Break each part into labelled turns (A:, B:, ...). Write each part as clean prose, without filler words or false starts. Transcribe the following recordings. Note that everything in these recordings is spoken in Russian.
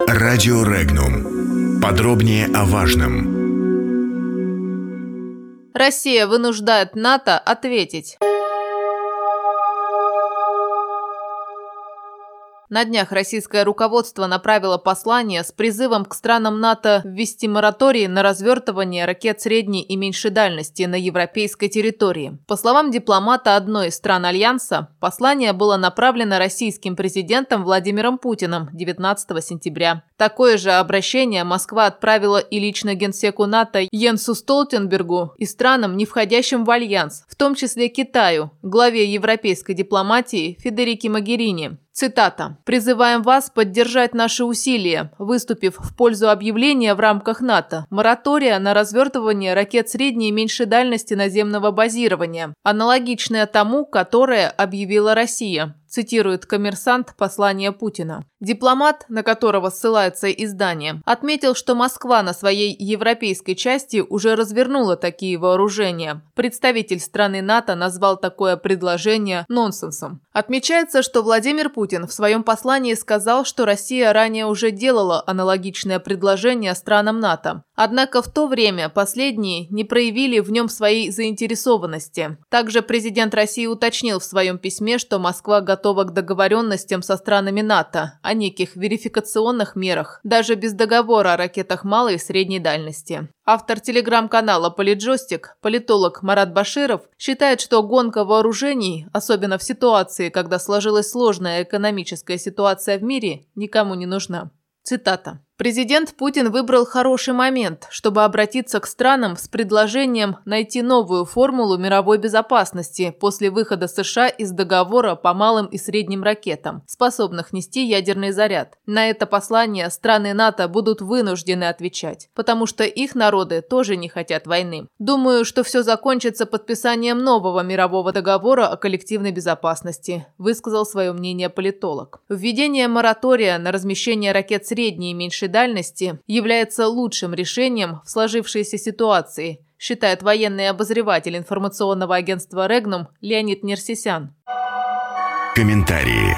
A: Радио Регнум. Подробнее о важном.
B: Россия вынуждает НАТО ответить. На днях российское руководство направило послание с призывом к странам НАТО ввести мораторий на развертывание ракет средней и меньшей дальности на европейской территории. По словам дипломата одной из стран Альянса, послание было направлено российским президентом Владимиром Путиным 19 сентября. Такое же обращение Москва отправила и лично генсеку НАТО Йенсу Столтенбергу и странам, не входящим в Альянс, в том числе Китаю, главе европейской дипломатии Федерике Могерини. Цитата. «Призываем вас поддержать наши усилия, выступив в пользу объявления в рамках НАТО моратория на развертывание ракет средней и меньшей дальности наземного базирования, аналогичное тому, которое объявила Россия», цитирует «Коммерсант» послание Путина. Дипломат, на которого ссылается издание, отметил, что Москва на своей европейской части уже развернула такие вооружения. Представитель страны НАТО назвал такое предложение нонсенсом. Отмечается, что Владимир Путин в своем послании сказал, что Россия ранее уже делала аналогичное предложение странам НАТО. Однако в то время последние не проявили в нем своей заинтересованности. Также президент России уточнил в своем письме, что Москва готова к договоренностям со странами НАТО о неких верификационных мерах, даже без договора о ракетах малой и средней дальности. Автор телеграм-канала «Политджойстик», политолог Марат Баширов, считает, что гонка вооружений, особенно в ситуации, когда сложилась сложная экономическая ситуация в мире, никому не нужна. Цитата. Президент Путин выбрал хороший момент, чтобы обратиться к странам с предложением найти новую формулу мировой безопасности после выхода США из договора по малым и средним ракетам, способных нести ядерный заряд. На это послание страны НАТО будут вынуждены отвечать, потому что их народы тоже не хотят войны. Думаю, что все закончится подписанием нового мирового договора о коллективной безопасности, высказал свое мнение политолог. Введение моратория на размещение ракет средней и меньшей дальности является лучшим решением в сложившейся ситуации, считает военный обозреватель информационного агентства «Регнум» Леонид Нерсисян.
A: Комментарии.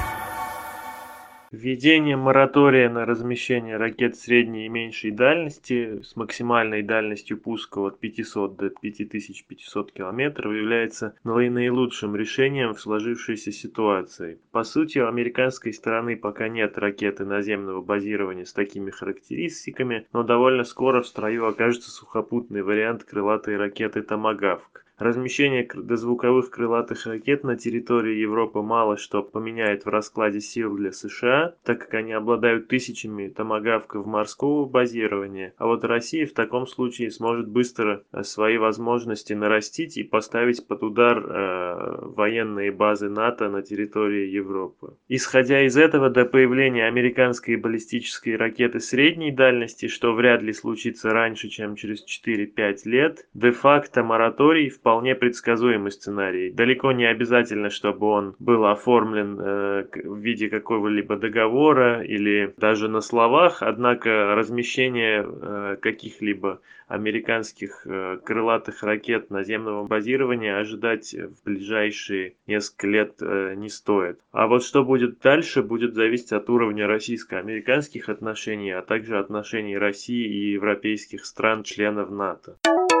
C: Введение моратория на размещение ракет средней и меньшей дальности с максимальной дальностью пуска от 500 до 5500 км является наилучшим решением в сложившейся ситуации. По сути, у американской стороны пока нет ракеты наземного базирования с такими характеристиками, но довольно скоро в строю окажется сухопутный вариант крылатой ракеты «Томагавк». Размещение дозвуковых крылатых ракет на территории Европы мало что поменяет в раскладе сил для США, так как они обладают тысячами томагавков морского базирования, а вот Россия в таком случае сможет быстро свои возможности нарастить и поставить под удар военные базы НАТО на территории Европы. Исходя из этого, до появления американской баллистической ракеты средней дальности, что вряд ли случится раньше, чем через 4-5 лет, де-факто мораторий вполне предсказуемый сценарий. Далеко не обязательно, чтобы он был оформлен в виде какого-либо договора или даже на словах, однако размещение каких-либо американских крылатых ракет наземного базирования ожидать в ближайшие несколько лет не стоит. А вот что будет дальше, будет зависеть от уровня российско-американских отношений, а также отношений России и европейских стран-членов НАТО.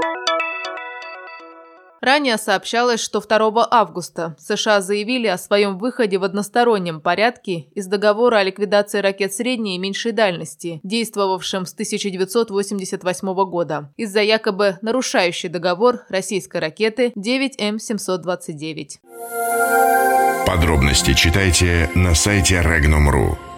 B: Ранее сообщалось, что 2 августа США заявили о своем выходе в одностороннем порядке из договора о ликвидации ракет средней и меньшей дальности, действовавшем с 1988 года, из-за якобы нарушающей договор российской ракеты 9М729.
A: Подробности читайте на сайте Regnum.ru.